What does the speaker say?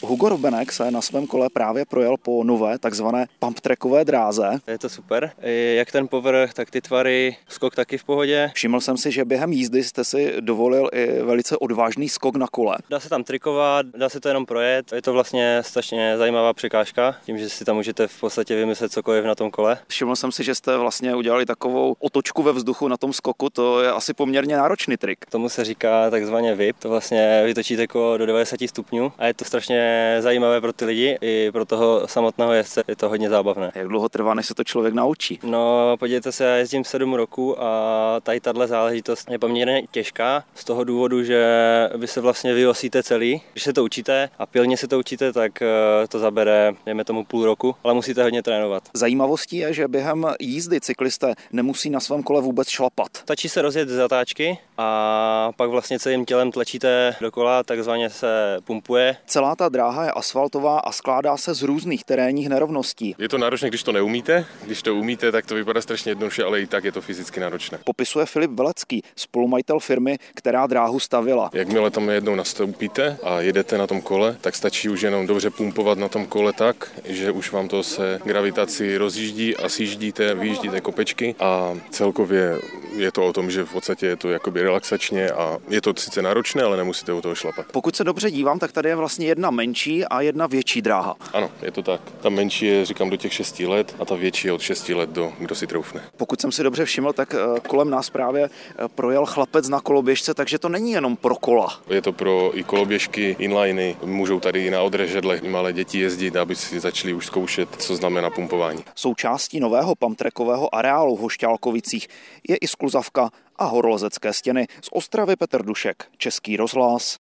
Hugo Robenek se na svém kole právě projel po nové takzvané pumptrackové dráze. Je to super. Jak ten povrch, tak ty tvary, skok taky v pohodě. Všiml jsem si, že během jízdy jste si dovolil i velice odvážný skok na kole. Dá se tam trikovat, dá se to jenom projet. Je to vlastně strašně zajímavá překážka, tím, že si tam můžete v podstatě vymyslet cokoliv na tom kole. Všiml jsem si, že jste vlastně udělali takovou otočku ve vzduchu na tom skoku, to je asi poměrně náročný trik. Tomu se říká takzvaně whip, to vlastně vytočíte kolo do 90 stupňů a je to strašně zajímavé pro ty lidi i pro toho samotného jezdce, je to hodně zábavné. Jak dlouho trvá, než se to člověk naučí? No, podívejte se, já jezdím 7 roků a tady tahle záležitost je poměrně těžká z toho důvodu, že vy se vlastně vyosíte celý. Když se to učíte a pilně se to učíte, tak to zabere, dejme tomu půl roku, ale musíte hodně trénovat. Zajímavostí je, že během jízdy cyklisté nemusí na svém kole vůbec šlapat. Stačí se rozjet z zatáčky a pak vlastně celým tělem tlačíte dokola, takzvaně se pumpuje. Celá ta dráha je asfaltová a skládá se z různých terénních nerovností. Je to náročné, když to neumíte. Když to umíte, tak to vypadá strašně jednoduše, ale i tak je to fyzicky náročné. Popisuje Filip Velecký, spolumajitel firmy, která dráhu stavila. Jakmile tam jednou nastoupíte a jedete na tom kole, tak stačí už jenom dobře pumpovat na tom kole tak, že už vám to se gravitaci rozjíždí a sjíždíte, vyjíždíte kopečky a celkově je to o tom, že v podstatě je to jakoby relaxačně a je to sice náročné, ale nemusíte u toho šlapat. Pokud se dobře dívám, tak tady je vlastně jedna menší a jedna větší dráha. Ano, je to tak. Ta menší je, říkám, do těch 6 let a ta větší je od 6 let do kdo si troufne. Pokud jsem si dobře všiml, tak kolem nás právě projel chlapec na koloběžce, takže to není jenom pro kola. Je to pro i koloběžky, inliny, můžou tady i na odrežedle malé děti jezdit, aby si začali už zkoušet, co znamená pumpování. Součástí nového pumptrackového areálu v Hošťálkovicích je i skluzavka a horolezecké stěny. Z Ostravy Petr Dušek, Český rozhlas.